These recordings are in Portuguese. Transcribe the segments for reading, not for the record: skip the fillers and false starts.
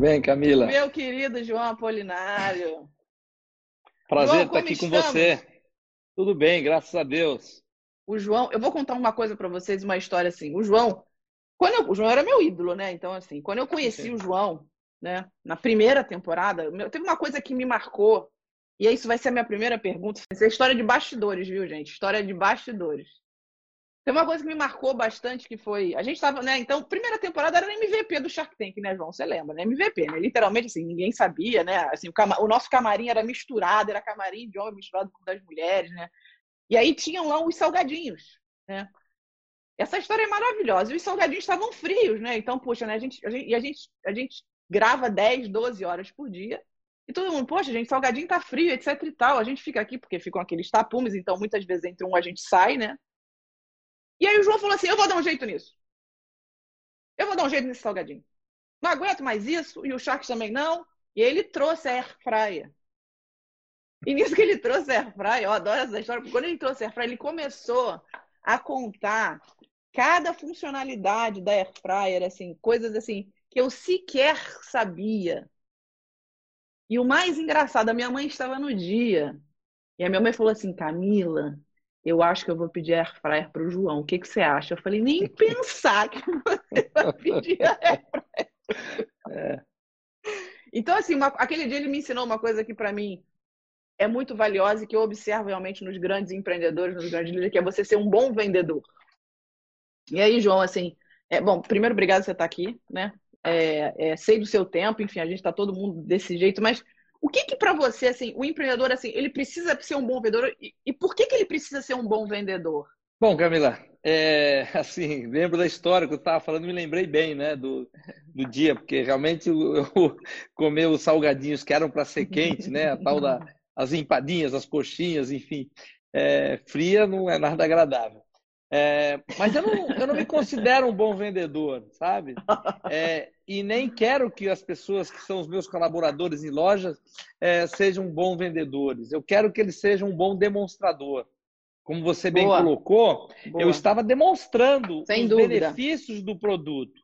bem, Camila? Meu querido João Apolinário. Prazer João, estar como aqui com você. estamos? Tudo bem, graças a Deus. O João, eu vou contar uma coisa para vocês, uma história assim. O João, o João era meu ídolo, né? Então, assim, quando eu conheci o João, né, na primeira temporada, teve uma coisa que me marcou, e isso vai ser a minha primeira pergunta. Isso é história de bastidores, viu, gente? História de bastidores. Tem uma coisa que me marcou bastante que foi. A gente estava, né? Então, primeira temporada era no MVP do Shark Tank, né, João? Você lembra, né? MVP, né? Literalmente, assim, ninguém sabia, né? Assim, o nosso camarim era misturado, era camarim de homem misturado com das mulheres, né? E aí tinham lá os salgadinhos, né? Essa história é maravilhosa. E os salgadinhos estavam frios, né? Então, poxa, né? A gente grava 10, 12 horas por dia. E todo mundo, poxa, gente, salgadinho tá frio, etc e tal. A gente fica aqui porque ficam aqueles tapumes, então muitas vezes entre um a gente sai, né? E aí o João falou assim: eu vou dar um jeito nisso. Eu vou dar um jeito nesse salgadinho. Não aguento mais isso, e o Sharks também não. E aí ele trouxe a Air Fryer. E nisso que ele trouxe a Air Fryer, eu adoro essa história, porque quando ele trouxe a Air Fryer, ele começou a contar cada funcionalidade da Air Fryer, assim, coisas assim, que eu sequer sabia. E o mais engraçado, a minha mãe estava no dia. E a minha mãe falou assim: Camila, eu acho que eu vou pedir Air Fryer para o João. O que que você acha? Eu falei: nem pensar que você vai pedir a Air. É, Então, assim, aquele dia ele me ensinou uma coisa que para mim é muito valiosa e que eu observo realmente nos grandes empreendedores, nos grandes líderes, que é você ser um bom vendedor. E aí, João, assim, bom, primeiro, obrigado por você estar aqui, né? Sei do seu tempo, enfim, a gente está todo mundo desse jeito, mas o que que para você, assim, o empreendedor, assim, ele precisa ser um bom vendedor e por que que ele precisa ser um bom vendedor? Bom, Camila, assim, lembro da história que eu estava falando, me lembrei bem, né, do dia, porque realmente eu comer os salgadinhos que eram para ser quente, né, a tal as empadinhas, as coxinhas, enfim, fria não é nada agradável. Mas eu não me considero um bom vendedor, sabe? E nem quero que as pessoas que são os meus colaboradores em lojas sejam bons vendedores. Eu quero que eles sejam um bom demonstrador. Como você bem Boa, colocou, eu boa, estava demonstrando sem os dúvida. benefícios do produto.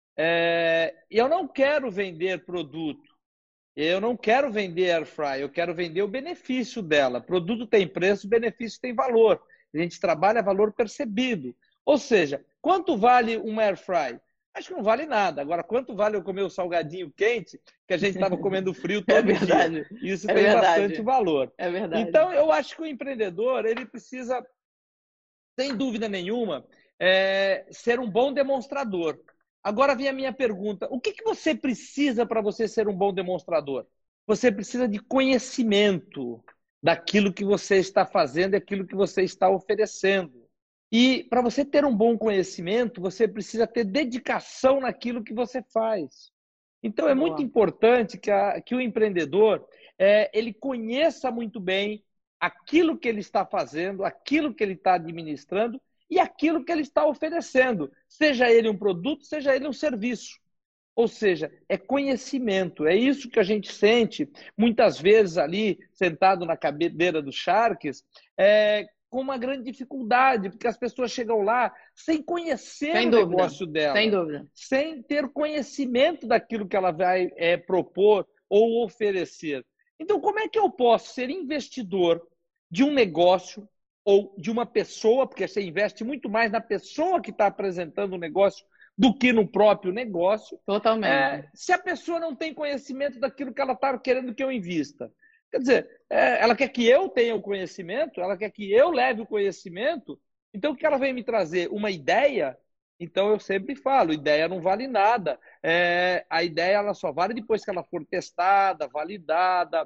E eu não quero vender produto. Eu não quero vender air fry, eu quero vender o benefício dela. Produto tem preço, benefício tem valor. A gente trabalha valor percebido. Ou seja, quanto vale uma air fry? Acho que não vale nada. Agora, quanto vale eu comer o salgadinho quente que a gente estava comendo frio É todo dia? verdade, Isso é tem bastante verdade, valor. é verdade. Então, eu acho que o empreendedor ele precisa, sem dúvida nenhuma, ser um bom demonstrador. Agora vem a minha pergunta: o que você precisa para você ser um bom demonstrador? Você precisa de conhecimento daquilo que você está fazendo, daquilo que você está oferecendo. E para você ter um bom conhecimento, você precisa ter dedicação naquilo que você faz. Então é muito Boa. importante que o empreendedor ele conheça muito bem aquilo que ele está fazendo, aquilo que ele está administrando e aquilo que ele está oferecendo, seja ele um produto, seja ele um serviço. Ou seja, é conhecimento, é isso que a gente sente muitas vezes ali, sentado na cadeira dos Sharks, com uma grande dificuldade, porque as pessoas chegam lá sem conhecer Sem o dúvida, negócio sem dela, dúvida. sem ter conhecimento daquilo que ela vai propor ou oferecer. Então, como é que eu posso ser investidor de um negócio ou de uma pessoa, porque você investe muito mais na pessoa que está apresentando o negócio do que no próprio negócio, Totalmente. se a pessoa não tem conhecimento daquilo que ela está querendo que eu invista? Quer dizer, ela quer que eu tenha o conhecimento, ela quer que eu leve o conhecimento, então o que ela vem me trazer? Uma ideia? Então eu sempre falo, ideia não vale nada. A ideia ela só vale depois que ela for testada, validada,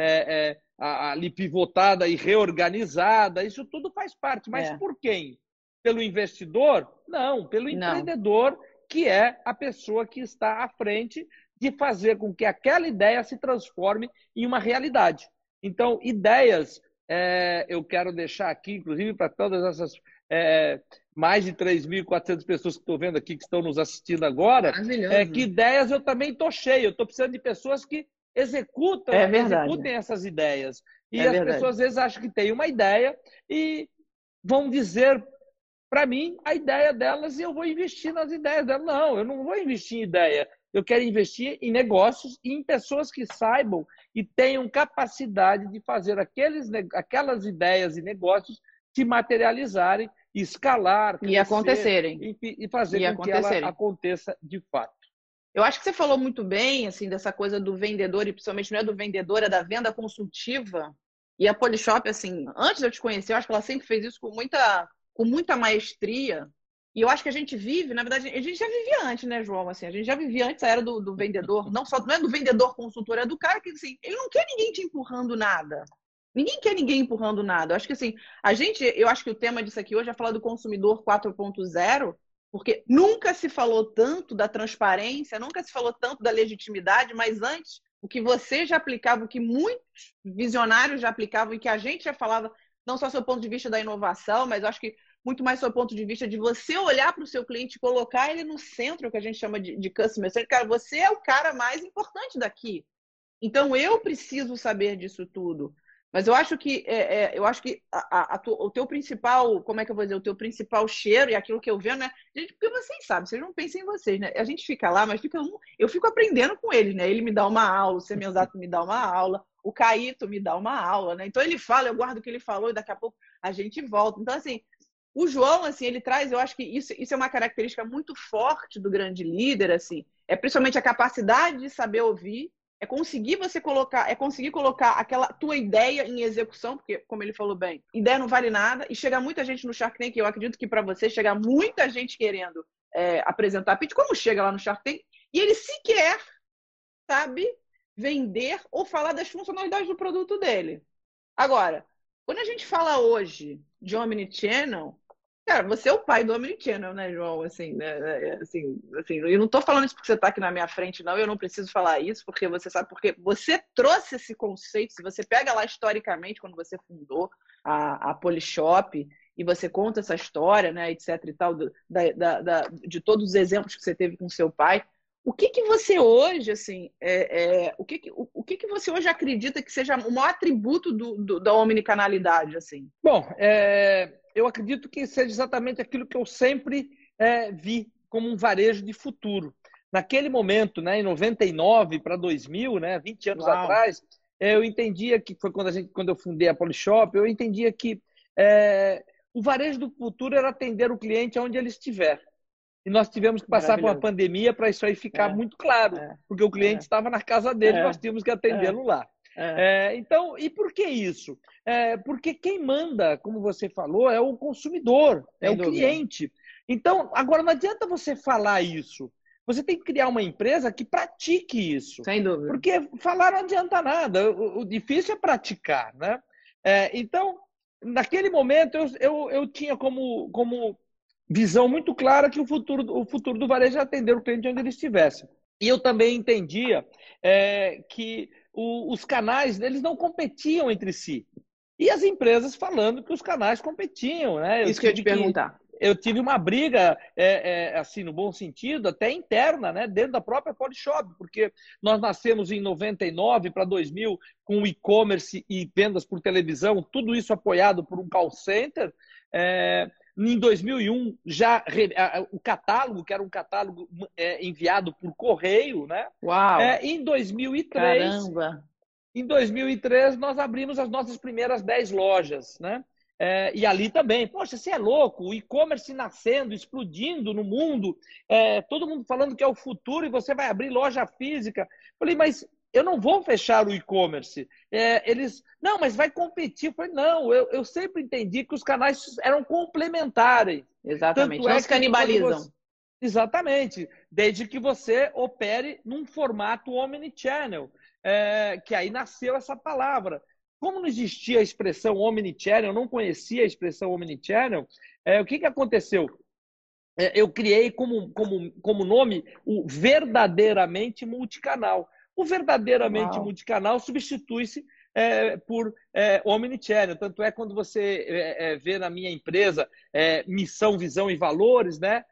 ali pivotada e reorganizada. Isso tudo faz parte. Mas É. por quem? Pelo investidor? Não, pelo Não. empreendedor, que é a pessoa que está à frente de fazer com que aquela ideia se transforme em uma realidade. Então, ideias, eu quero deixar aqui, inclusive para todas essas mais de 3.400 pessoas que estou vendo aqui, que estão nos assistindo agora, que Maravilhoso. ideias eu também estou cheio. Eu estou precisando de pessoas que É verdade. executem essas ideias. E É as verdade. pessoas às vezes acham que tem uma ideia e vão dizer para mim, a ideia delas e eu vou investir nas ideias delas. Não, eu não vou investir em ideia. Eu quero investir em negócios e em pessoas que saibam e tenham capacidade de fazer aquelas ideias e negócios se materializarem, escalar, E crescer acontecerem. e fazer com que ela aconteça de fato. Eu acho que você falou muito bem, assim, dessa coisa do vendedor, e principalmente não é do vendedor, é da venda consultiva. E a Polishop, assim, antes de eu te conhecer, eu acho que ela sempre fez isso com muita maestria. E eu acho que a gente vive, na verdade, a gente já vivia antes, né, João? Assim, a gente já vivia antes a era do vendedor, não é do vendedor consultor, é do cara que, assim, ele não quer ninguém te empurrando nada. Ninguém quer ninguém empurrando nada. Eu acho que, assim, eu acho que o tema disso aqui hoje é falar do consumidor 4.0, porque nunca se falou tanto da transparência, nunca se falou tanto da legitimidade, mas antes, o que você já aplicava, o que muitos visionários já aplicavam e que a gente já falava, não só do seu ponto de vista da inovação, mas eu acho que muito mais do seu ponto de vista de você olhar para o seu cliente e colocar ele no centro, que a gente chama de customer centric. Cara, você é o cara mais importante daqui. Então, eu preciso saber disso tudo. Mas eu acho que o teu principal, como é que eu vou dizer, o teu principal cheiro e aquilo que eu vendo, né? Gente, porque vocês sabem, vocês não pensam em vocês, né? A gente fica lá, mas eu fico aprendendo com eles, né? Ele me dá uma aula, o Semenzato me dá uma aula, o Caíto me dá uma aula, né? Então ele fala, eu guardo o que ele falou e daqui a pouco a gente volta. Então, assim, o João, assim, ele traz, eu acho que isso é uma característica muito forte do grande líder, assim, é principalmente a capacidade de saber ouvir, é conseguir colocar aquela tua ideia em execução, porque, como ele falou bem, ideia não vale nada, e chega muita gente no Shark Tank, eu acredito que para você chega muita gente querendo apresentar pitch, como chega lá no Shark Tank, e ele sequer sabe vender ou falar das funcionalidades do produto dele. Agora, quando a gente fala hoje de Omnichannel, cara, você é o pai do Omnichannel, né, João? Assim, né? Assim, eu não estou falando isso porque você está aqui na minha frente, não. Eu não preciso falar isso, porque você sabe, porque você trouxe esse conceito. Se você pega lá historicamente, quando você fundou a Polishop, e você conta essa história, né, etc. e tal, de todos os exemplos que você teve com seu pai. O que que você hoje, assim, o que que você hoje acredita que seja o maior atributo da omnicanalidade, assim? Bom, eu acredito que seja exatamente aquilo que eu sempre vi como um varejo de futuro. Naquele momento, né, em 99 para 2000, né, 20 anos Uau. atrás, eu entendia que foi quando eu fundei a Polishop, eu entendia que o varejo do futuro era atender o cliente onde ele estiver. E nós tivemos que passar por uma pandemia para isso aí ficar muito claro, porque o cliente estava na casa dele, nós tínhamos que atendê-lo lá. Então, e por que isso? Porque quem manda, como você falou, é o consumidor, é o cliente. Então, agora não adianta você falar isso. Você tem que criar uma empresa que pratique isso. Sem dúvida. Porque falar não adianta nada. O difícil é praticar, né? Então, naquele momento, eu tinha como visão muito clara que o futuro do varejo é atender o cliente onde ele estivesse. E eu também entendia que os canais eles não competiam entre si. E as empresas falando que os canais competiam, né? Isso que eu ia te perguntar. Eu tive uma briga, assim, no bom sentido, até interna, né? Dentro da própria Polishop, porque nós nascemos em 99 para 2000 com o e-commerce e vendas por televisão, tudo isso apoiado por um call center. Em 2001, já o catálogo, que era um catálogo enviado por correio, né? Uau! Em 2003, caramba! Em 2003, nós abrimos as nossas primeiras 10 lojas, né? E ali também, poxa, você é louco, o e-commerce nascendo, explodindo no mundo, todo mundo falando que é o futuro e você vai abrir loja física. Falei, mas eu não vou fechar o e-commerce. Não, mas vai competir. Eu falei, não, eu sempre entendi que os canais eram complementares. Exatamente, não se canibalizam. Exatamente, desde que você opere num formato omnichannel, que aí nasceu essa palavra. Como não existia a expressão omnichannel, eu não conhecia a expressão omnichannel, o que aconteceu? Eu criei como nome o verdadeiramente multicanal. O verdadeiramente multicanal substitui-se por omnichannel. Tanto é quando você vê na minha empresa missão, visão e valores, né?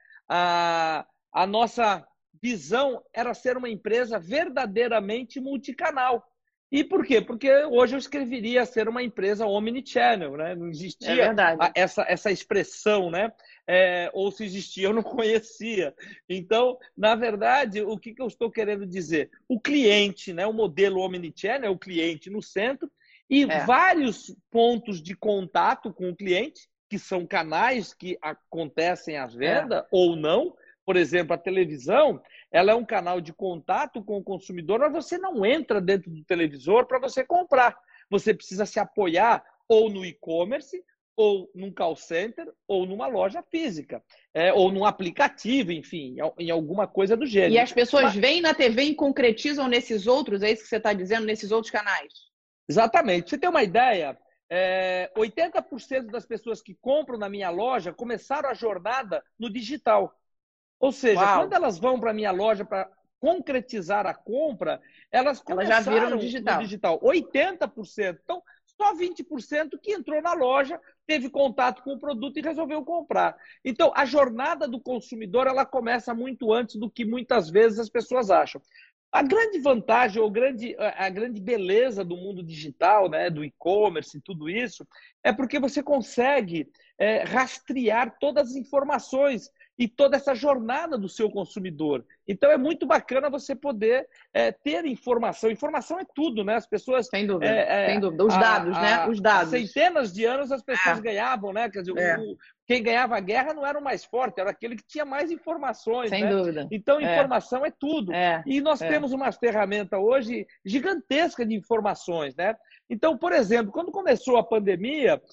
A nossa visão era ser uma empresa verdadeiramente multicanal. E por quê? Porque hoje eu escreveria ser uma empresa omnichannel, né? Não É existia verdade. essa expressão, né? Ou se existia, eu não conhecia. Então, na verdade, o que eu estou querendo dizer? O cliente, né? O modelo omnichannel é o cliente no centro e É, vários pontos de contato com o cliente, que são canais que acontecem a é. venda ou não. Por exemplo, a televisão, ela é um canal de contato com o consumidor, mas você não entra dentro do televisor para você comprar. Você precisa se apoiar ou no e-commerce, ou num call center, ou numa loja física, ou num aplicativo, enfim, em alguma coisa do E gênero. as pessoas Mas, veem na TV e concretizam nesses outros, é isso que você está dizendo, nesses outros canais? exatamente. Você tem uma ideia? 80% das pessoas que compram na minha loja começaram a jornada no digital. Ou seja, quando Uau, elas vão para a minha loja para concretizar a compra, elas elas já viram no começaram no digital. digital. 80%. Então, só 20% que entrou na loja, teve contato com o produto e resolveu comprar. Então, a jornada do consumidor ela começa muito antes do que muitas vezes as pessoas acham. A grande vantagem, ou a grande beleza do mundo digital, né, do e-commerce e tudo isso, é porque você consegue rastrear todas as informações e toda essa jornada do seu consumidor. Então é muito bacana você poder ter informação. Informação é tudo, né? As pessoas Sem dúvida, sem dúvida. Os dados, né? Os há dados. centenas de anos as pessoas ganhavam, né? Quer dizer, É, quem ganhava a guerra não era o mais forte, era aquele que tinha mais informações, sem né? dúvida. Então É, informação é tudo. é, E nós é. temos uma ferramenta hoje gigantesca de informações, né? Então, por exemplo, quando começou a pandemia,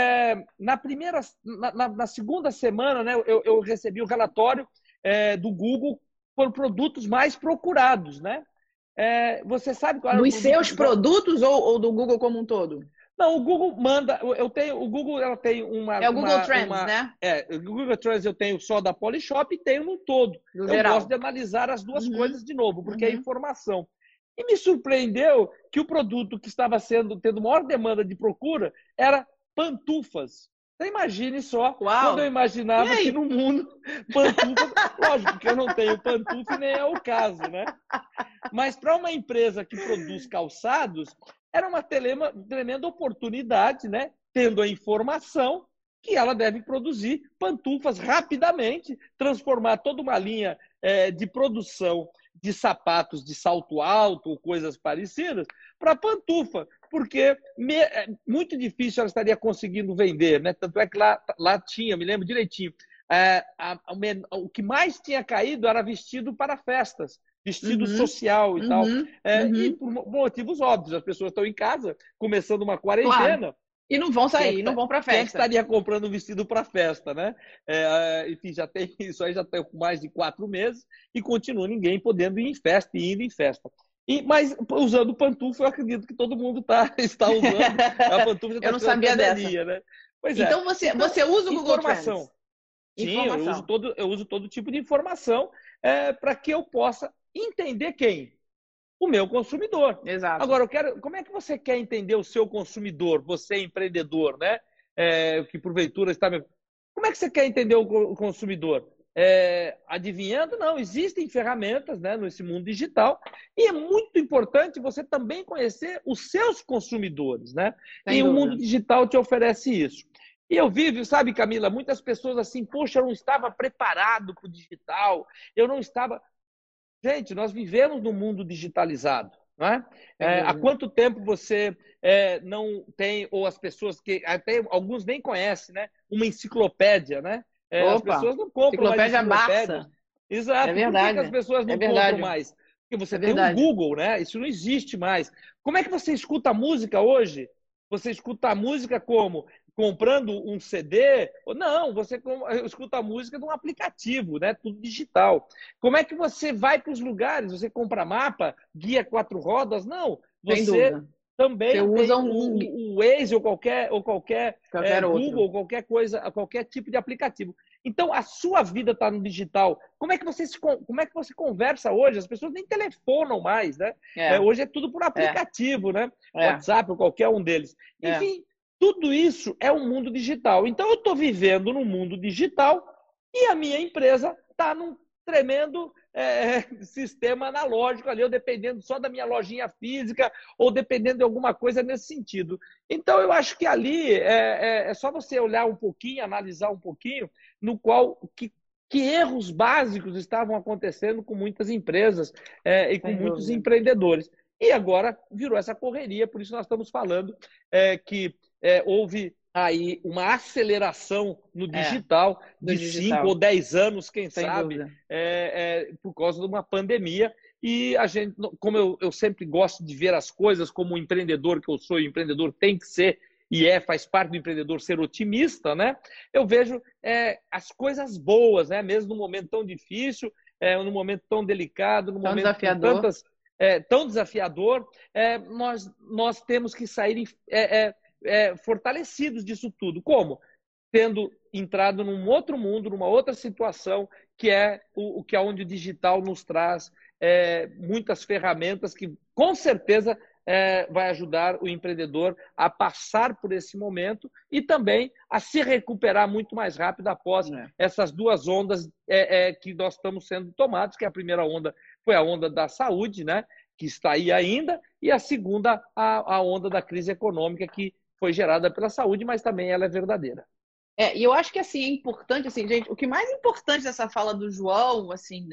na segunda semana, né, eu recebi o relatório do Google por produtos mais procurados, né? Você sabe qual era o Dos produto? seus produtos ou do Google como um todo? Não, o Google manda. O Google ela tem É o Google Trends, né? o Google Trends eu tenho só da Polishop e tenho no todo. Do Eu gosto geral. de analisar as duas Uhum, coisas de novo, porque é uhum. informação. E me surpreendeu que o produto que estava tendo maior demanda de procura era pantufas. Então, imagine só, quando eu Uau! E imaginava que aí? no mundo pantufas, lógico que eu não tenho pantufa e nem é o caso, né? Mas para uma empresa que produz calçados, era uma tremenda oportunidade, né? Tendo a informação que ela deve produzir pantufas rapidamente, transformar toda uma linha de produção de sapatos de salto alto ou coisas parecidas para pantufa, porque é muito difícil ela estaria conseguindo vender, né? Tanto é que lá tinha, me lembro direitinho, o que mais tinha caído era vestido para festas, vestido Uhum, social e tal. uhum, E uhum. por motivos óbvios, as pessoas estão em casa, começando uma Claro. quarentena. E não vão sair, não vão para Quem é que festa. estaria comprando um vestido para festa, né? Enfim, já tem isso aí, já tem mais de 4 meses e continua ninguém podendo ir em festa e indo em festa. Mas usando pantufa, eu acredito que todo mundo está usando. A pantufa já Eu está não ficando sabia até dessa. velhinha, né? Pois é. Então Então, você usa o Google informação. Trends. Sim, Informação. eu uso todo tipo de informação para que eu possa entender quem? O meu consumidor. Exato. Agora, como é que você quer entender o seu consumidor, você empreendedor, né? Que porventura está. Como é que você quer entender o consumidor? Adivinhando? Não, existem ferramentas, né, nesse mundo digital e é muito importante você também conhecer os seus consumidores, né? Sem E o mundo dúvida. digital te oferece isso. E eu vivo, sabe, Camila, muitas pessoas assim, poxa, eu não estava preparado para o digital, eu não estava. Gente, nós vivemos num mundo digitalizado, não é? Sem Há dúvida. quanto tempo você não tem, ou as pessoas que até alguns nem conhecem, né? Uma enciclopédia, né? As Opa, pessoas não compram mais enciclopédia enciclopédias. Barça. É Exato. Por que as verdade. pessoas É não compram verdade. mais? Porque você É tem o verdade. Google, né? Isso não existe mais. Como é que você escuta música hoje? Você escuta a música como? Comprando um CD? Não, você escuta a música de um aplicativo, né? Tudo digital. Como é que você vai para os lugares? Você compra mapa, guia 4 rodas? Não, Sem você dúvida. Você também usa tem o Waze ou qualquer qualquer outro. Google, qualquer coisa, qualquer tipo de aplicativo. Então, a sua vida está no digital. Como é que você conversa hoje? As pessoas nem telefonam mais, né? É, Hoje é tudo por é, aplicativo, né? é, WhatsApp ou qualquer um deles. é. Enfim, tudo isso é um mundo digital. Então, eu estou vivendo no mundo digital e a minha empresa está tremendo sistema analógico ali, ou dependendo só da minha lojinha física, ou dependendo de alguma coisa nesse sentido. Então, eu acho que ali é só você olhar um pouquinho, analisar um pouquinho, no qual que erros básicos estavam acontecendo com muitas empresas e com muitos empreendedores. E agora virou essa correria, por isso nós estamos falando que houve aí uma aceleração no digital de 5 ou 10 anos, quem sabe, por causa de uma pandemia. E a gente, como eu sempre gosto de ver as coisas como um empreendedor que eu sou, o empreendedor tem que ser, faz parte do empreendedor ser otimista, né? Eu vejo as coisas boas, né? Mesmo num momento tão difícil, num momento tão delicado, num momento desafiador. Tão desafiador, nós temos que sair fortalecidos disso tudo. Como? Tendo entrado num outro mundo, numa outra situação, que é onde o digital nos traz muitas ferramentas que, com certeza, vai ajudar o empreendedor a passar por esse momento e também a se recuperar muito mais rápido após essas duas ondas que nós estamos sendo tomados, que a primeira onda foi a onda da saúde, né, que está aí ainda, e a segunda, a onda da crise econômica, que foi gerada pela saúde, mas também ela é verdadeira. E eu acho que assim, é importante, assim, gente, o que mais importante dessa fala do João, assim,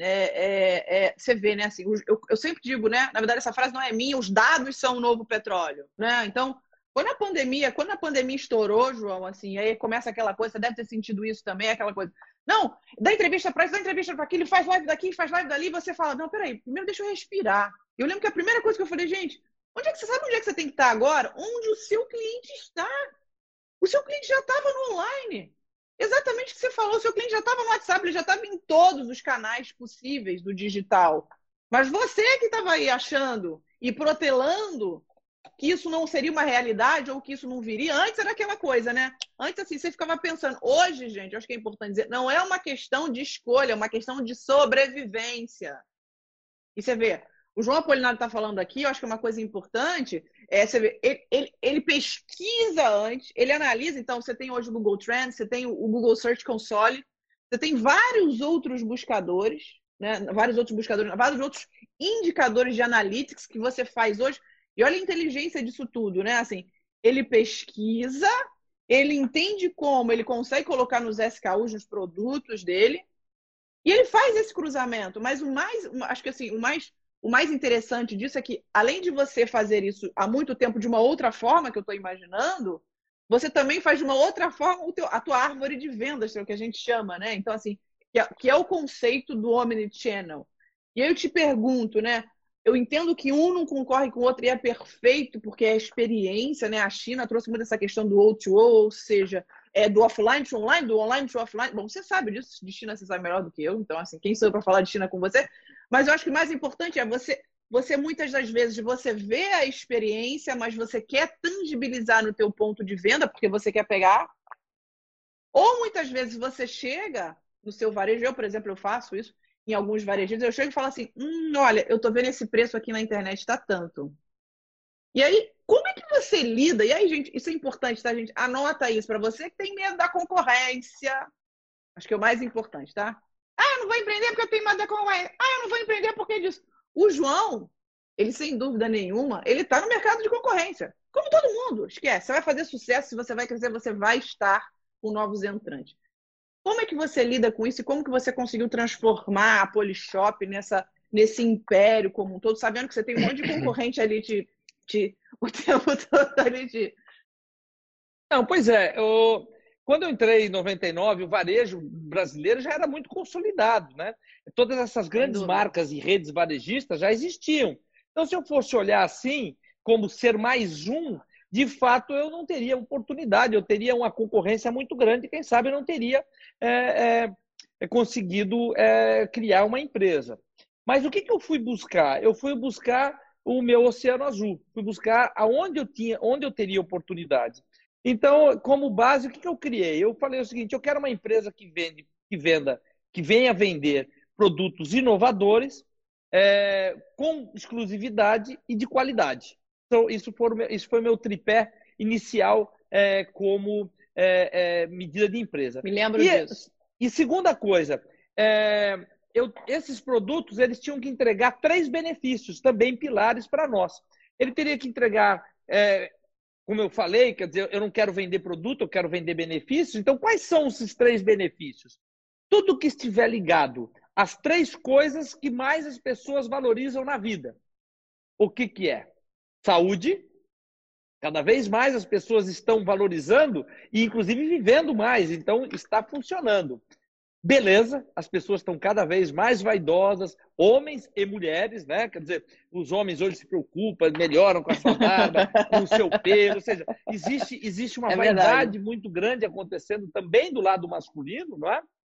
você vê, né, assim, eu sempre digo, né, na verdade essa frase não é minha, os dados são o novo petróleo, né, então, quando a pandemia estourou, João, assim, aí começa aquela coisa, você deve ter sentido isso também, aquela coisa, não, dá entrevista para isso, dá entrevista para aquilo, faz live daqui, faz live dali, você fala, não, peraí, primeiro deixa eu respirar. Eu lembro que a primeira coisa que eu falei, gente, você sabe onde é que você tem que estar agora? Onde o seu cliente está. O seu cliente já estava no online. Exatamente o que você falou. O seu cliente já estava no WhatsApp, ele já estava em todos os canais possíveis do digital. Mas você que estava aí achando e protelando que isso não seria uma realidade ou que isso não viria. Antes era aquela coisa, né? Antes, assim, você ficava pensando. Hoje, gente, acho que é importante dizer, não é uma questão de escolha, é uma questão de sobrevivência. E você vê, o João Apolinário está falando aqui, eu acho que é uma coisa importante, você vê, ele pesquisa antes, ele analisa, então você tem hoje o Google Trends, você tem o Google Search Console, você tem vários outros buscadores, né? Vários outros indicadores de analytics que você faz hoje, e olha a inteligência disso tudo, né? Assim, ele pesquisa, ele entende como, ele consegue colocar nos SKUs, nos produtos dele, e ele faz esse cruzamento, mas acho que assim, o mais interessante disso é que, além de você fazer isso há muito tempo de uma outra forma, que eu estou imaginando, você também faz de uma outra forma a tua árvore de vendas, que é o que a gente chama, né? Então, assim, que é o conceito do Omnichannel. E aí eu te pergunto, né? Eu entendo que um não concorre com o outro e é perfeito, porque é a experiência, né? A China trouxe muito essa questão do O2O, ou seja, do offline to online, do online to offline. Bom, você sabe disso, de China você sabe melhor do que eu, então, assim, quem sou eu para falar de China com você? Mas eu acho que o mais importante é você muitas das vezes, você vê a experiência, mas você quer tangibilizar no teu ponto de venda, porque você quer pegar. Ou muitas vezes você chega no seu varejo, eu, por exemplo, eu faço isso, em alguns varejistas, eu chego e falo assim, olha, eu tô vendo esse preço aqui na internet, tá tanto. E aí, como é que você lida? E aí, gente, isso é importante, tá, gente? Anota isso para você que tem medo da concorrência. Acho que é o mais importante, tá? Eu não vou empreender porque eu tenho medo da concorrência. Eu não vou empreender porque disso. O João, ele sem dúvida nenhuma, ele tá no mercado de concorrência. Como todo mundo, esquece. Você vai fazer sucesso, se você vai crescer, você vai estar com novos entrantes. Como é que você lida com isso e como que você conseguiu transformar a Polishop nesse império como um todo, sabendo que você tem um monte de concorrente ali o tempo todo ali Não, pois é. Quando eu entrei em 99, o varejo brasileiro já era muito consolidado, né? Todas essas grandes marcas e redes varejistas já existiam. Então, se eu fosse olhar assim, como ser mais um, de fato, eu não teria oportunidade, eu teria uma concorrência muito grande, e quem sabe eu não teria conseguido criar uma empresa. Mas o que eu fui buscar? Eu fui buscar o meu oceano azul, fui buscar onde eu teria oportunidade. Então, como base, o que eu criei? Eu falei o seguinte: eu quero uma empresa que venha vender produtos inovadores, com exclusividade e de qualidade. Então, isso foi o meu tripé inicial como medida de empresa. Me lembro disso. E segunda coisa, esses produtos eles tinham que entregar 3 benefícios, também pilares para nós. Ele teria que entregar, como eu falei, quer dizer, eu não quero vender produto, eu quero vender benefícios. Então, quais são esses 3 benefícios? Tudo que estiver ligado às 3 coisas que mais as pessoas valorizam na vida. O que é? Saúde. Cada vez mais as pessoas estão valorizando e, inclusive, vivendo mais. Então, está funcionando. Beleza, as pessoas estão cada vez mais vaidosas, homens e mulheres, né? Quer dizer, os homens hoje se preocupam, melhoram com a sua barba, com o seu pelo, ou seja, existe uma vaidade muito grande acontecendo também do lado masculino, não é?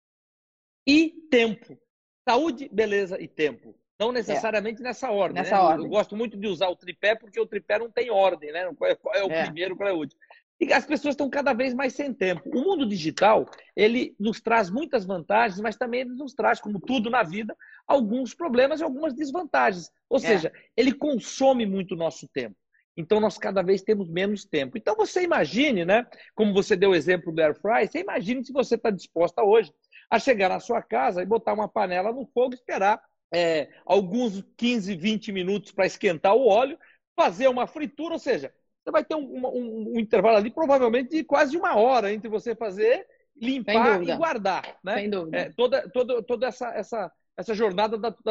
E tempo. Saúde, beleza e tempo. Não necessariamente nessa ordem. Nessa ordem. Eu gosto muito de usar o tripé porque o tripé não tem ordem, né? Qual é o primeiro, qual é o último. E as pessoas estão cada vez mais sem tempo. O mundo digital, ele nos traz muitas vantagens, mas também ele nos traz, como tudo na vida, alguns problemas e algumas desvantagens. Ou seja, ele consome muito o nosso tempo. Então, nós cada vez temos menos tempo. Então, você imagine, né? Como você deu o exemplo do Air Fry, você imagine se você está disposta hoje a chegar na sua casa e botar uma panela no fogo e esperar alguns 15, 20 minutos para esquentar o óleo, fazer uma fritura, ou seja, você vai ter um intervalo ali provavelmente de quase 1 hora entre você fazer, limpar e guardar. Né? Sem dúvida. Toda essa jornada da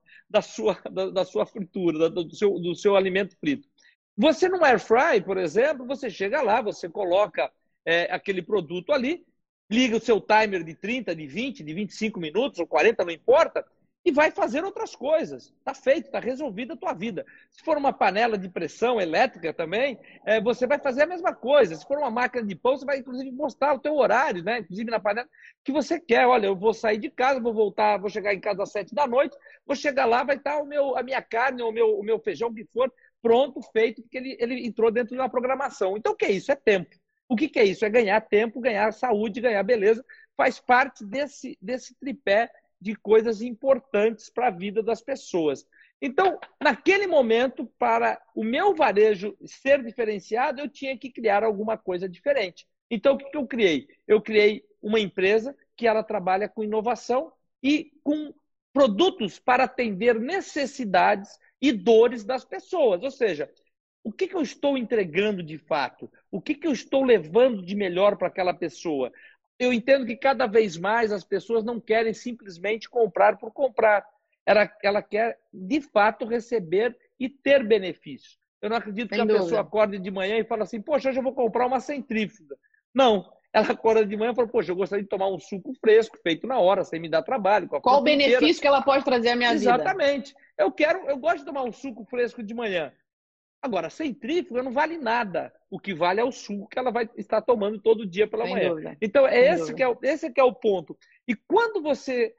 sua fritura, do seu alimento frito. Você no Air Fry, por exemplo, você chega lá, você coloca aquele produto ali, liga o seu timer de 30, de 20, de 25 minutos ou 40, não importa, e vai fazer outras coisas. Está feito, está resolvida a tua vida. Se for uma panela de pressão elétrica também, você vai fazer a mesma coisa. Se for uma máquina de pão, você vai, inclusive, mostrar o teu horário, né? Inclusive na panela que você quer. Olha, eu vou sair de casa, vou chegar em casa às 7 da noite, vou chegar lá, vai estar a minha carne, o meu feijão, o que for, pronto, feito, porque ele entrou dentro de uma programação. Então, o que é isso? É tempo. O que é isso? É ganhar tempo, ganhar saúde, ganhar beleza. Faz parte desse tripé de coisas importantes para a vida das pessoas. Então, naquele momento, para o meu varejo ser diferenciado, eu tinha que criar alguma coisa diferente. Então, o que eu criei? Eu criei uma empresa que ela trabalha com inovação e com produtos para atender necessidades e dores das pessoas. Ou seja, o que eu estou entregando de fato? O que eu estou levando de melhor para aquela pessoa? Eu entendo que cada vez mais as pessoas não querem simplesmente comprar por comprar. Ela quer, de fato, receber e ter benefícios. Eu não acredito que a pessoa acorde de manhã e fale assim, poxa, hoje eu vou comprar uma centrífuga. Não. Ela acorda de manhã e fala, poxa, eu gostaria de tomar um suco fresco, feito na hora, sem me dar trabalho. Qual o benefício que ela pode trazer à minha vida? Exatamente. Eu gosto de tomar um suco fresco de manhã. Agora, centrífuga não vale nada. O que vale é o suco que ela vai estar tomando todo dia pela manhã. Dúvida. Então, esse que é o ponto. E quando você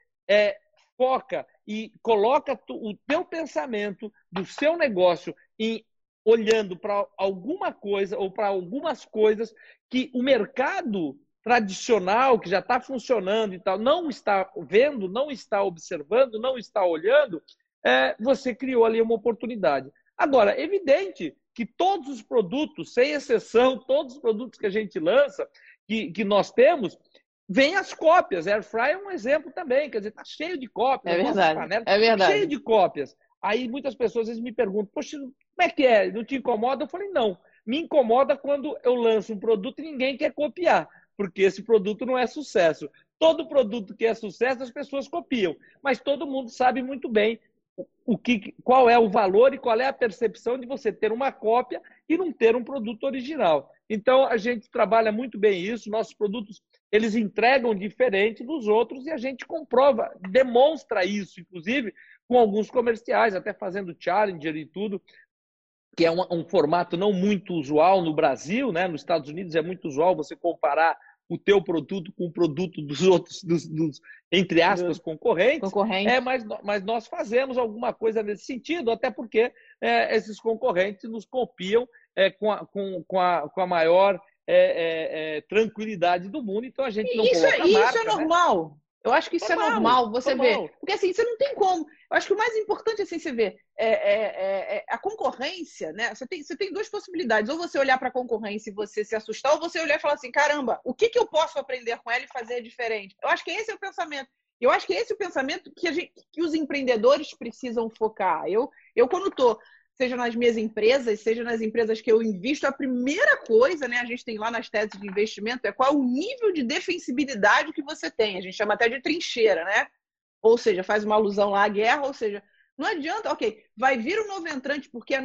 foca e coloca o teu pensamento do seu negócio olhando para alguma coisa ou para algumas coisas que o mercado tradicional, que já está funcionando e tal, não está vendo, não está observando, não está olhando, você criou ali uma oportunidade. Agora, é evidente que todos os produtos, sem exceção, todos os produtos que a gente lança, que nós temos, vêm as cópias. Air Fry é um exemplo também, quer dizer, está cheio de cópias. É verdade, panelas, é verdade. Cheio de cópias. Aí muitas pessoas às vezes me perguntam, poxa, como é que é? Não te incomoda? Eu falei, não. Me incomoda quando eu lanço um produto e ninguém quer copiar, porque esse produto não é sucesso. Todo produto que é sucesso, as pessoas copiam, mas todo mundo sabe muito bem qual é o valor e qual é a percepção de você ter uma cópia e não ter um produto original. Então, a gente trabalha muito bem isso, nossos produtos, eles entregam diferente dos outros e a gente comprova, demonstra isso, inclusive, com alguns comerciais, até fazendo Challenger e tudo, que é um formato não muito usual no Brasil, né? Nos Estados Unidos é muito usual você comparar o teu produto com o produto dos outros, entre aspas, concorrentes. Mas nós fazemos alguma coisa nesse sentido, até porque esses concorrentes nos copiam com a maior tranquilidade do mundo, então a gente não coloca marca. Isso é normal. Né? Eu acho que isso é normal, você vê. Porque assim, você não tem como. Eu acho que o mais importante, assim, você vê, a concorrência, né? Você tem 2 possibilidades. Ou você olhar para a concorrência e você se assustar, ou você olhar e falar assim, caramba, o que eu posso aprender com ela e fazer diferente? Eu acho que esse é o pensamento. Eu acho que esse é o pensamento que os empreendedores precisam focar. Eu quando estou, seja nas minhas empresas, seja nas empresas que eu invisto, a primeira coisa, né, a gente tem lá nas teses de investimento, é qual o nível de defensibilidade que você tem. A gente chama até de trincheira, né? Ou seja, faz uma alusão lá à guerra, ou seja, não adianta, ok, vai vir um novo entrante porque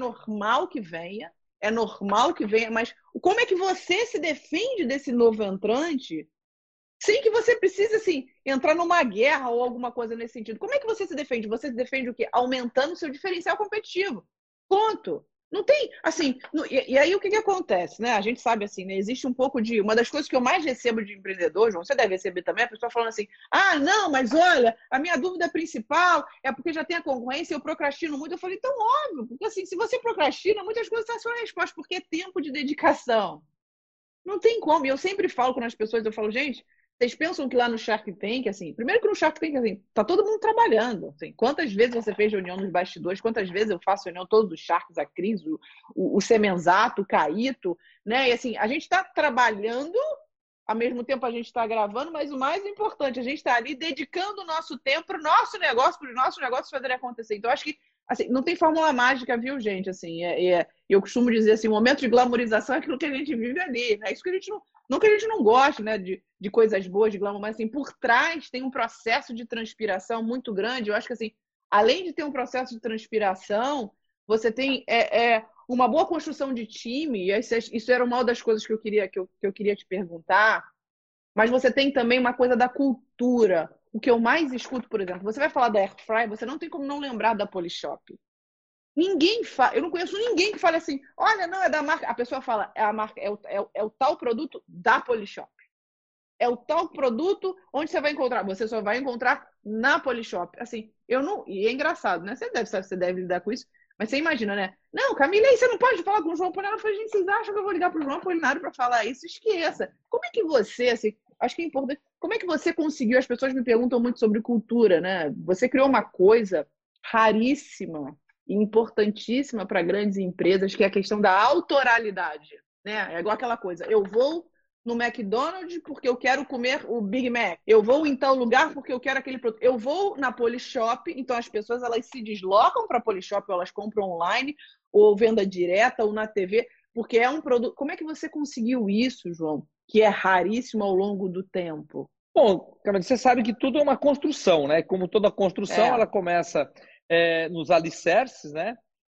é normal que venha, mas como é que você se defende desse novo entrante sem que você precise, assim, entrar numa guerra ou alguma coisa nesse sentido? Como é que você se defende? Você se defende o quê? Aumentando o seu diferencial competitivo. Ponto. Não tem, assim, e aí o que acontece, né? A gente sabe, assim, né? Existe um pouco de... Uma das coisas que eu mais recebo de empreendedor, João, você deve receber também, a pessoa falando assim, ah, não, mas olha, a minha dúvida principal é porque já tem a concorrência e eu procrastino muito. Eu falei, então, óbvio, porque assim, se você procrastina, muitas coisas são a sua resposta, porque é tempo de dedicação. Não tem como. E eu sempre falo com as pessoas, eu falo, gente, vocês pensam que lá no Shark Tank, assim, primeiro que no Shark Tank, assim, tá todo mundo trabalhando. Assim, quantas vezes você fez reunião nos bastidores, quantas vezes eu faço reunião, todos os Sharks, a Cris, o Semenzato, o Caíto, né? E assim, a gente está trabalhando, ao mesmo tempo a gente está gravando, mas o mais importante, a gente está ali dedicando o nosso tempo para o nosso negócio, para os nossos negócios fazerem acontecer. Então, acho que assim, não tem fórmula mágica, viu, gente? Assim, eu costumo dizer assim, o momento de glamorização é aquilo que a gente vive ali, né? Isso que a gente não que a gente não goste, né, de coisas boas, de glamour, mas assim, por trás tem um processo de transpiração muito grande. Eu acho que assim, além de ter um processo de transpiração, você tem uma boa construção de time, e isso era uma das coisas que eu queria te perguntar, mas você tem também uma coisa da cultura. O que eu mais escuto, por exemplo, você vai falar da Airfry, você não tem como não lembrar da Polishop. Ninguém fala, eu não conheço ninguém que fale assim, olha, não, é da marca. A pessoa fala, é a marca, é o tal produto da Polishop. É o tal produto onde você vai encontrar. Você só vai encontrar na Polishop. Assim, eu não. E é engraçado, né? Você deve lidar com isso. Mas você imagina, né? Não, Camila, aí você não pode falar com o João Polinário. Eu falei, gente, vocês acham que eu vou ligar para o João Polinário para falar isso? Esqueça. Como é que você, assim, acho que é importante. Como é que você conseguiu? As pessoas me perguntam muito sobre cultura, né? Você criou uma coisa raríssima e importantíssima para grandes empresas, que é a questão da autoralidade, né? É igual aquela coisa, eu vou no McDonald's porque eu quero comer o Big Mac, eu vou em tal lugar porque eu quero aquele produto, eu vou na Polishop, então as pessoas elas se deslocam para a Polishop, ou elas compram online, ou venda direta, ou na TV, porque é um produto. Como é que você conseguiu isso, João, que é raríssimo ao longo do tempo? Bom, Camila, você sabe que tudo é uma construção, né? Como toda construção, ela começa nos alicerces, né?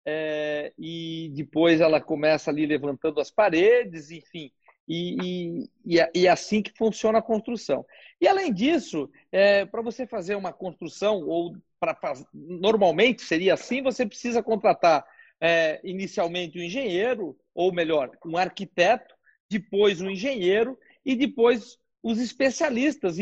E depois ela começa ali levantando as paredes, enfim. E é assim que funciona a construção. E além disso, para você fazer uma construção, ou normalmente seria assim, você precisa contratar inicialmente um engenheiro, ou melhor, um arquiteto, depois um engenheiro e depois os especialistas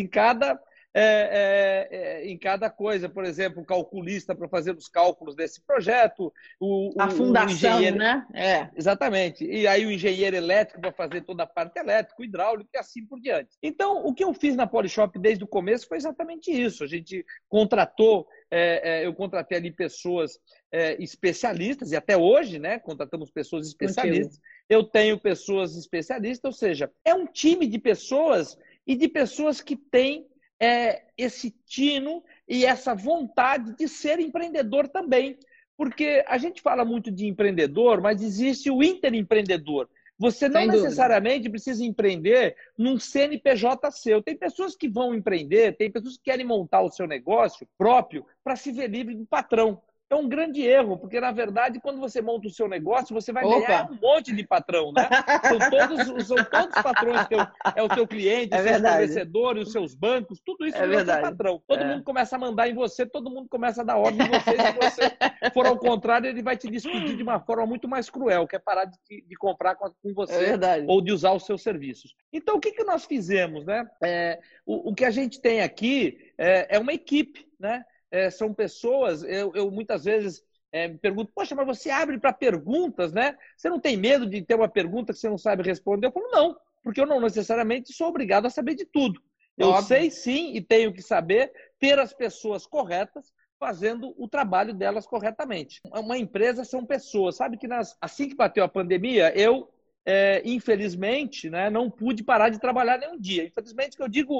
em cada coisa. Por exemplo, o calculista para fazer os cálculos desse projeto, A fundação, engenheiro, né? Exatamente. E aí o engenheiro elétrico para fazer toda a parte elétrica, hidráulica e assim por diante. Então, o que eu fiz na Polishop desde o começo foi exatamente isso. A gente contratou, eu contratei ali pessoas especialistas, e até hoje, né, contratamos pessoas especialistas. Eu tenho pessoas especialistas, ou seja, é um time de pessoas e de pessoas que têm esse tino e essa vontade de ser empreendedor também. Porque a gente fala muito de empreendedor, mas existe o interempreendedor. Você não necessariamente precisa empreender num CNPJ seu. Tem pessoas que vão empreender, tem pessoas que querem montar o seu negócio próprio para se ver livre do patrão. É um grande erro, porque, na verdade, quando você monta o seu negócio, você vai ganhar um monte de patrão, né? São todos patrões, é o seu cliente, os seus fornecedores, os seus bancos, tudo isso é o seu patrão. Todo mundo começa a mandar em você, todo mundo começa a dar ordem em você. Se você for ao contrário, ele vai te despedir de uma forma muito mais cruel, que é parar de comprar com você ou de usar os seus serviços. Então, o que nós fizemos, né? O que a gente tem aqui é uma equipe, né? São pessoas, eu muitas vezes me pergunto, poxa, mas você abre para perguntas, né? Você não tem medo de ter uma pergunta que você não sabe responder? Eu falo, não, porque eu não necessariamente sou obrigado a saber de tudo. Eu sei sim e tenho que saber ter as pessoas corretas fazendo o trabalho delas corretamente. Uma empresa são pessoas, sabe que assim que bateu a pandemia, eu, infelizmente, né, não pude parar de trabalhar nenhum dia. Infelizmente, que eu digo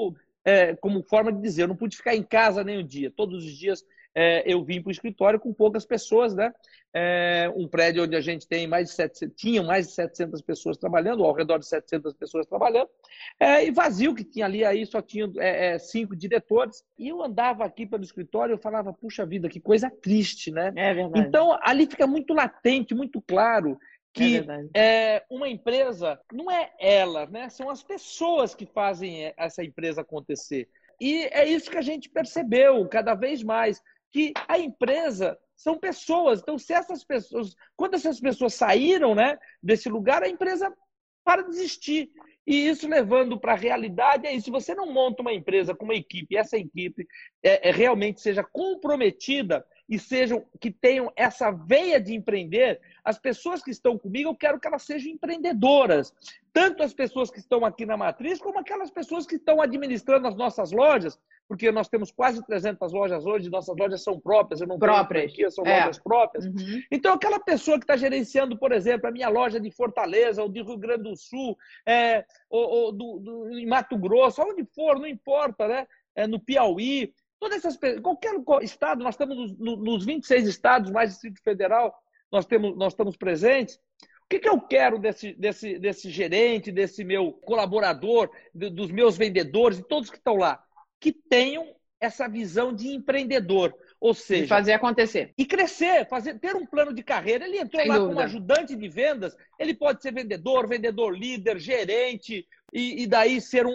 como forma de dizer, eu não pude ficar em casa nem um dia. Todos os dias eu vim para o escritório com poucas pessoas, né? Um prédio onde a gente tem tinha mais de 700 pessoas trabalhando, ao redor de 700 pessoas trabalhando, e vazio, que tinha ali, aí só tinha 5 diretores. E eu andava aqui pelo escritório e eu falava, puxa vida, que coisa triste, né? É verdade. Então, ali fica muito latente, muito claro que uma empresa não é ela, né? São as pessoas que fazem essa empresa acontecer. E é isso que a gente percebeu cada vez mais, que a empresa são pessoas. Então, quando essas pessoas saíram, né, desse lugar, a empresa para de existir. E isso levando para a realidade é isso. Se você não monta uma empresa com uma equipe, e essa equipe realmente seja comprometida e que tenham essa veia de empreender, as pessoas que estão comigo, eu quero que elas sejam empreendedoras. Tanto as pessoas que estão aqui na matriz, como aquelas pessoas que estão administrando as nossas lojas, porque nós temos quase 300 lojas hoje, nossas lojas são próprias, eu não tenho franquia, são lojas próprias. Uhum. Então, aquela pessoa que está gerenciando, por exemplo, a minha loja de Fortaleza, ou de Rio Grande do Sul, ou em Mato Grosso, onde for, não importa, né? No Piauí, todas essas pessoas, qualquer estado, nós estamos nos 26 estados, mais Distrito Federal, nós estamos presentes. O que eu quero desse gerente, desse meu colaborador, dos meus vendedores, de todos que estão lá? Que tenham essa visão de empreendedor, ou seja, de fazer acontecer e crescer, ter um plano de carreira. Ele entrou lá como ajudante de vendas, ele pode ser vendedor líder, gerente, e daí ser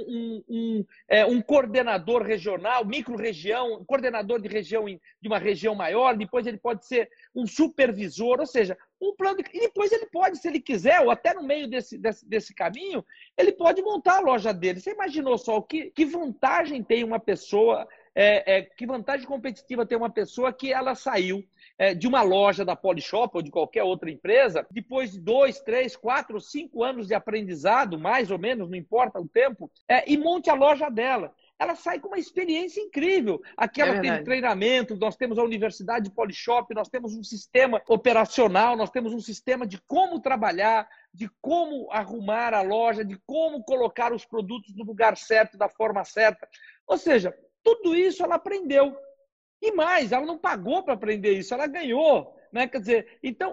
um coordenador regional, micro-região, coordenador de região, de uma região maior. Depois ele pode ser um supervisor, ou seja, um plano. E depois ele pode, se ele quiser, ou até no meio desse caminho, ele pode montar a loja dele. Você imaginou só que vantagem tem uma pessoa, que vantagem competitiva tem uma pessoa que ela saiu de uma loja da Polishop ou de qualquer outra empresa, depois de 2, 3, 4, 5 anos de aprendizado, mais ou menos, não importa o tempo, e monte a loja dela. Ela sai com uma experiência incrível. Aqui ela tem treinamento, nós temos a Universidade de Polishop, nós temos um sistema operacional, nós temos um sistema de como trabalhar, de como arrumar a loja, de como colocar os produtos no lugar certo, da forma certa. Ou seja, tudo isso ela aprendeu. E mais, ela não pagou para aprender isso, ela ganhou. Né? Quer dizer, então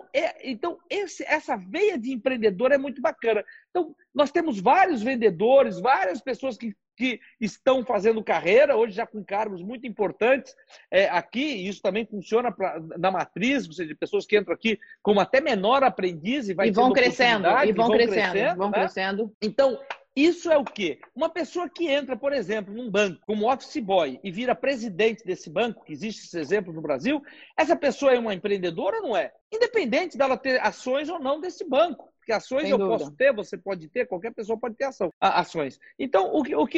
essa veia de empreendedor é muito bacana. Então, nós temos vários vendedores, várias pessoas que estão fazendo carreira, hoje já com cargos muito importantes aqui, e isso também funciona na matriz, ou seja, pessoas que entram aqui como até menor aprendiz e vão crescendo, vão crescendo. Então, isso é o quê? Uma pessoa que entra, por exemplo, num banco como office boy e vira presidente desse banco, que existe esse exemplo no Brasil, essa pessoa é uma empreendedora ou não é? Independente dela ter ações ou não desse banco. Porque ações eu posso ter, você pode ter, qualquer pessoa pode ter ações. Então,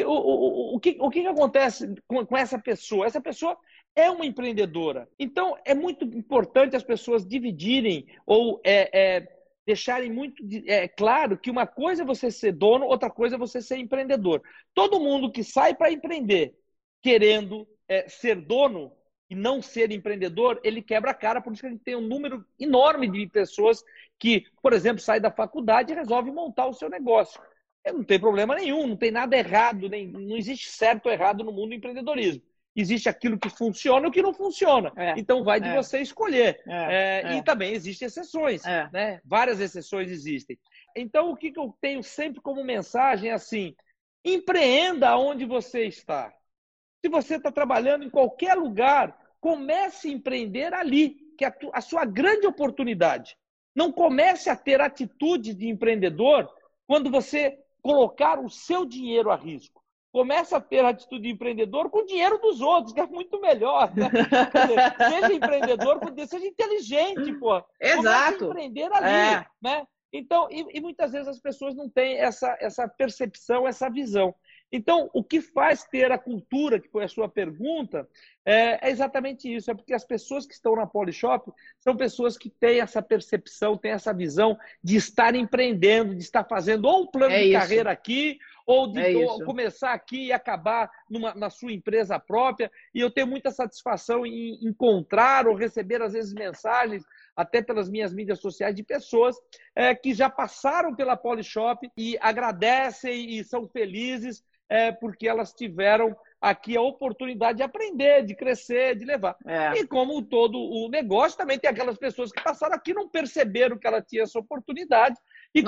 o que acontece com essa pessoa? Essa pessoa é uma empreendedora. Então, é muito importante as pessoas dividirem ou deixarem muito claro que uma coisa é você ser dono, outra coisa é você ser empreendedor. Todo mundo que sai para empreender querendo ser dono e não ser empreendedor, ele quebra a cara. Por isso que a gente tem um número enorme de pessoas que, por exemplo, saem da faculdade e resolvem montar o seu negócio. Não tem problema nenhum, não tem nada errado, não existe certo ou errado no mundo do empreendedorismo. Existe aquilo que funciona e o que não funciona. Então vai de você escolher. E também existem exceções. Né? Várias exceções existem. Então o que eu tenho sempre como mensagem é assim: empreenda onde você está. Se você está trabalhando em qualquer lugar, comece a empreender ali, que é a sua grande oportunidade. Não comece a ter atitude de empreendedor quando você colocar o seu dinheiro a risco. Comece a ter atitude de empreendedor com o dinheiro dos outros, que é muito melhor. Né? Seja empreendedor, seja inteligente, pô. Exato. Comece a empreender ali. Né? Então, e muitas vezes as pessoas não têm essa percepção, essa visão. Então, o que faz ter a cultura, que foi a sua pergunta, é exatamente isso. É porque as pessoas que estão na Polishop são pessoas que têm essa percepção, têm essa visão de estar empreendendo, de estar fazendo ou um plano de carreira aqui, ou de começar aqui e acabar na sua empresa própria. E eu tenho muita satisfação em encontrar ou receber, às vezes, mensagens, até pelas minhas mídias sociais, de pessoas que já passaram pela Polishop e agradecem e são felizes porque elas tiveram aqui a oportunidade de aprender, de crescer, de levar. E como todo o negócio, também tem aquelas pessoas que passaram aqui, não perceberam que ela tinha essa oportunidade e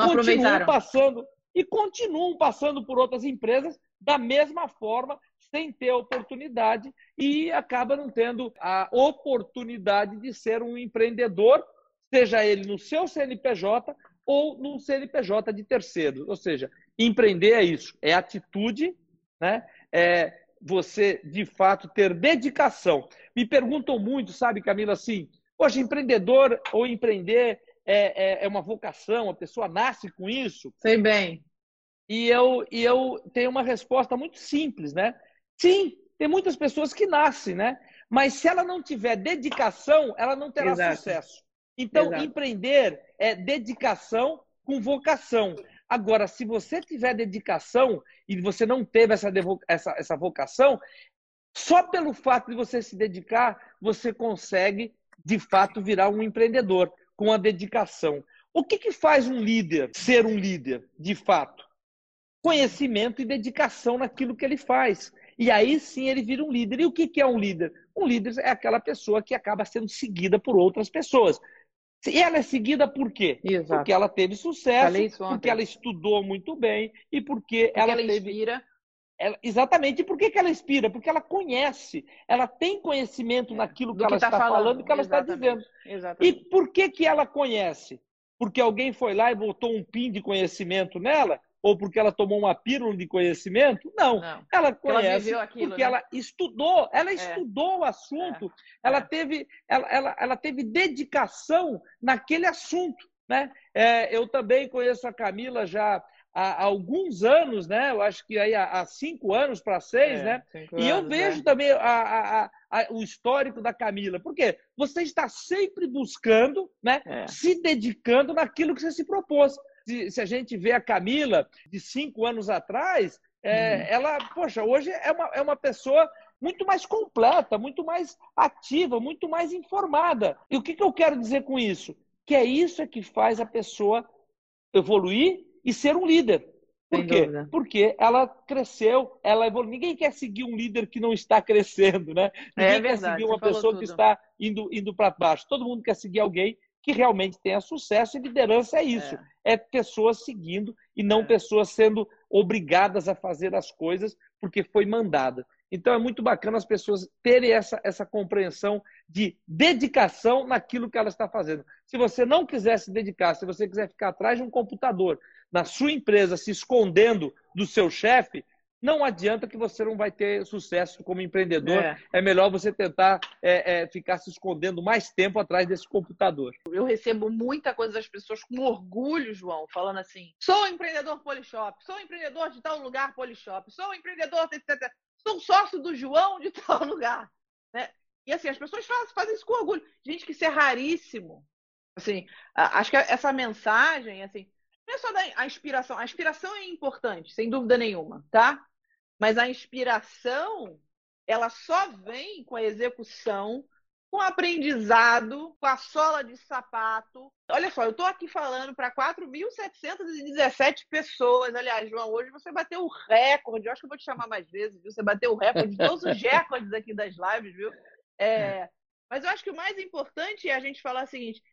continuam passando por outras empresas da mesma forma, sem ter oportunidade, e acaba não tendo a oportunidade de ser um empreendedor, seja ele no seu CNPJ ou no CNPJ de terceiros. Ou seja, empreender é isso, é atitude, né? É você, de fato, ter dedicação. Me perguntam muito, sabe, Camila, assim, poxa, empreendedor ou empreender é uma vocação, a pessoa nasce com isso? Sei bem. E eu tenho uma resposta muito simples, né? Sim, tem muitas pessoas que nascem, né? Mas se ela não tiver dedicação, ela não terá sucesso. Então, empreender é dedicação com vocação. Agora, se você tiver dedicação e você não teve essa vocação, só pelo fato de você se dedicar, você consegue, de fato, virar um empreendedor com a dedicação. O que faz um líder ser um líder, de fato? Conhecimento e dedicação naquilo que ele faz. E aí sim ele vira um líder. E o que é um líder? Um líder é aquela pessoa que acaba sendo seguida por outras pessoas. E ela é seguida por quê? Exato. Porque ela teve sucesso, porque ela estudou muito bem e porque ela inspira. Exatamente. E por que ela inspira? Porque ela conhece, ela tem conhecimento naquilo que ela está falando e que ela está dizendo. Exatamente. E por que ela conhece? Porque alguém foi lá e botou um pin de conhecimento nela? Ou porque ela tomou uma pílula de conhecimento? Não. Ela conhece porque ela estudou, estudou o assunto, ela teve dedicação naquele assunto, né? Eu também conheço a Camila já há alguns anos, né? Eu acho que aí há 5 anos para 6, né? E eu vejo também o histórico da Camila. Por quê? Você está sempre buscando, né? Se dedicando naquilo que você se propôs. Se a gente vê a Camila de 5 anos atrás, ela, poxa, hoje é uma pessoa muito mais completa, muito mais ativa, muito mais informada. E o que eu quero dizer com isso? Que é isso que faz a pessoa evoluir e ser um líder. Por quê? Porque ela cresceu, ela evoluiu. Ninguém quer seguir um líder que não está crescendo, né? Ninguém quer seguir uma pessoa que está indo para baixo. Todo mundo quer seguir alguém que realmente tenha sucesso, e liderança é isso. É pessoas seguindo e não pessoas sendo obrigadas a fazer as coisas porque foi mandada. Então é muito bacana as pessoas terem essa compreensão de dedicação naquilo que ela está fazendo. Se você não quiser se dedicar, se você quiser ficar atrás de um computador, na sua empresa, se escondendo do seu chefe, não adianta, que você não vai ter sucesso como empreendedor. É melhor você tentar ficar se escondendo mais tempo atrás desse computador. Eu recebo muita coisa das pessoas com orgulho, João, falando assim: sou empreendedor Polishop, sou empreendedor de tal lugar Polishop, sou empreendedor, etc. Sou sócio do João de tal lugar. Né? E assim, as pessoas fazem isso com orgulho. Gente, que isso é raríssimo. Assim, acho que essa mensagem, assim, não é só a inspiração. A inspiração é importante, sem dúvida nenhuma, tá? Mas a inspiração, ela só vem com a execução, com o aprendizado, com a sola de sapato. Olha só, eu estou aqui falando para 4.717 pessoas. Aliás, João, hoje você bateu o recorde. Eu acho que eu vou te chamar mais vezes, viu? Você bateu o recorde de todos os recordes aqui das lives, viu? Mas eu acho que o mais importante é a gente falar o seguinte: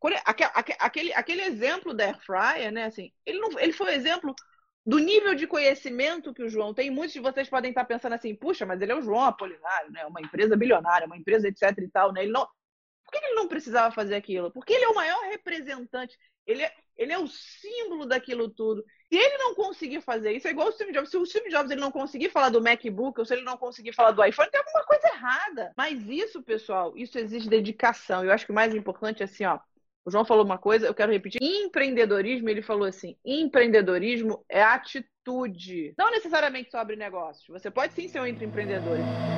aquele exemplo da Air Fryer, né? Assim, ele foi um exemplo do nível de conhecimento que o João tem. Muitos de vocês podem estar pensando assim: puxa, mas ele é o João Apolinário, né? Uma empresa bilionária, uma empresa etc e tal, né? Por que ele não precisava fazer aquilo? Porque ele é o maior representante, ele é o símbolo daquilo tudo. Se ele não conseguir fazer isso, é igual o Steve Jobs. Se o Steve Jobs ele não conseguir falar do MacBook, ou se ele não conseguir falar do iPhone, tem alguma coisa errada. Mas isso, pessoal, isso exige dedicação. Eu acho que o mais importante é assim, ó. O João falou uma coisa, eu quero repetir. Empreendedorismo, ele falou assim: empreendedorismo é atitude. Não necessariamente só abrir negócios. Você pode sim ser um empreendedor.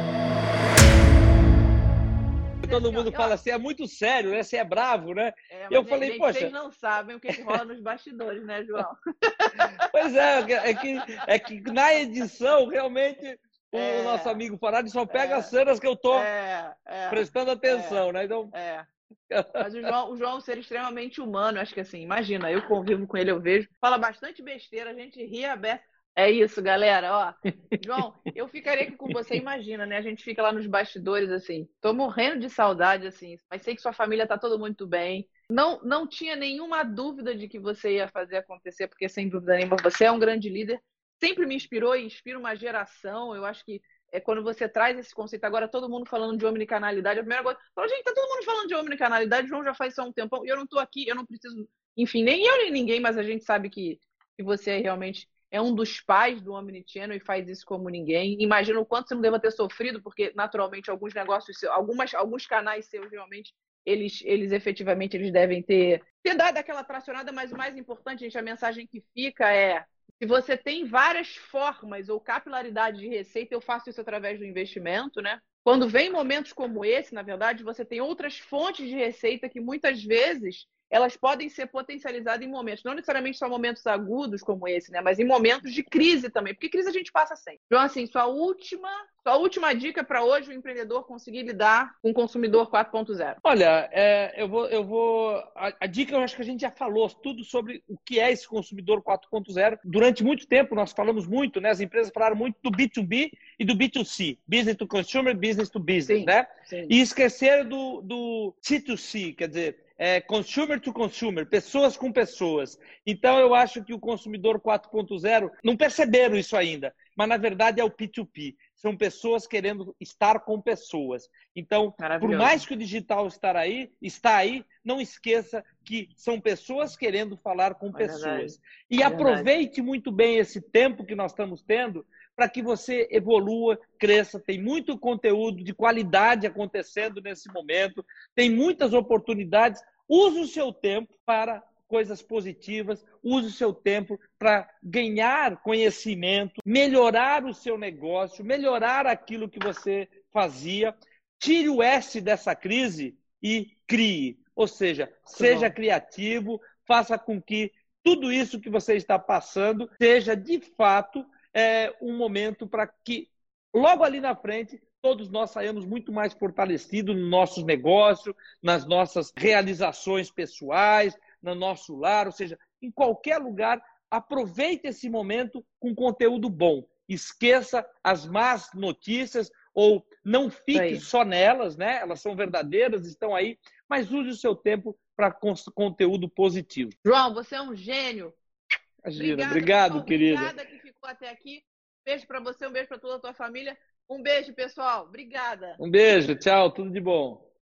Todo mundo fala assim, é muito sério, né? Você é bravo, né? Eu falei, poxa... Vocês não sabem o que rola nos bastidores, né, João? Pois é que na edição, realmente, o nosso amigo Farad só pega as cenas que eu estou prestando atenção, né? Então... Mas o João é um ser extremamente humano. Acho que assim, imagina, eu convivo com ele, eu vejo, fala bastante besteira, a gente ri aberto. É isso, galera. Ó, João, eu ficaria aqui com você. Imagina, né? A gente fica lá nos bastidores, assim. Tô morrendo de saudade, assim. Mas sei que sua família tá todo muito bem. Não tinha nenhuma dúvida de que você ia fazer acontecer, porque sem dúvida nenhuma você é um grande líder. Sempre me inspirou e inspira uma geração. Eu acho que é quando você traz esse conceito. Agora todo mundo falando de omnicanalidade. A primeira coisa, fala, gente, tá todo mundo falando de omnicanalidade. O João já faz isso há um tempão. E eu não tô aqui, eu não preciso. Enfim, nem eu nem ninguém, mas a gente sabe que você é realmente é um dos pais do Omnichannel e faz isso como ninguém. Imagina o quanto você não deva ter sofrido, porque naturalmente alguns negócios, alguns canais seus realmente, eles efetivamente eles devem ter dado aquela tracionada, mas o mais importante, gente, a mensagem que fica é: se você tem várias formas ou capilaridade de receita, eu faço isso através do investimento, né? Quando vem momentos como esse, na verdade, você tem outras fontes de receita que muitas vezes elas podem ser potencializadas em momentos, não necessariamente só momentos agudos como esse, né? Mas em momentos de crise também, porque crise a gente passa sempre. Então, assim, sua última dica para hoje o empreendedor conseguir lidar com o consumidor 4.0. Olha, a dica eu acho que a gente já falou tudo sobre o que é esse consumidor 4.0. Durante muito tempo nós falamos muito, né? As empresas falaram muito do B2B e do B2C, Business to Consumer, Business to Business, Sim, né? sim. E esqueceram do C2C, quer dizer, consumer to consumer, pessoas com pessoas. Então eu acho que o consumidor 4.0 não perceberam isso ainda, mas na verdade é o P2P. São pessoas querendo estar com pessoas. Então, por Maravilhoso. mais que o digital está aí, não esqueça que são pessoas querendo falar com É verdade. pessoas. E É verdade. aproveite muito bem esse tempo que nós estamos tendo para que você evolua, cresça. Tem muito conteúdo de qualidade acontecendo nesse momento, tem muitas oportunidades. Use o seu tempo para coisas positivas, use o seu tempo para ganhar conhecimento, melhorar o seu negócio, melhorar aquilo que você fazia. Tire o S dessa crise e crie. Ou seja, seja criativo, faça com que tudo isso que você está passando seja, de fato, um momento para que, logo ali na frente, todos nós saímos muito mais fortalecidos no nosso negócio, nas nossas realizações pessoais, no nosso lar, ou seja, em qualquer lugar, aproveite esse momento com conteúdo bom. Esqueça as más notícias ou não fique só nelas, né? Elas são verdadeiras, estão aí, mas use o seu tempo para conteúdo positivo. João, você é um gênio. Imagina, Obrigada, obrigado, pessoal. querida. Obrigada que ficou até aqui. Beijo para você, um beijo para toda a tua família. Um beijo, pessoal. Obrigada. Um beijo, tchau, tudo de bom.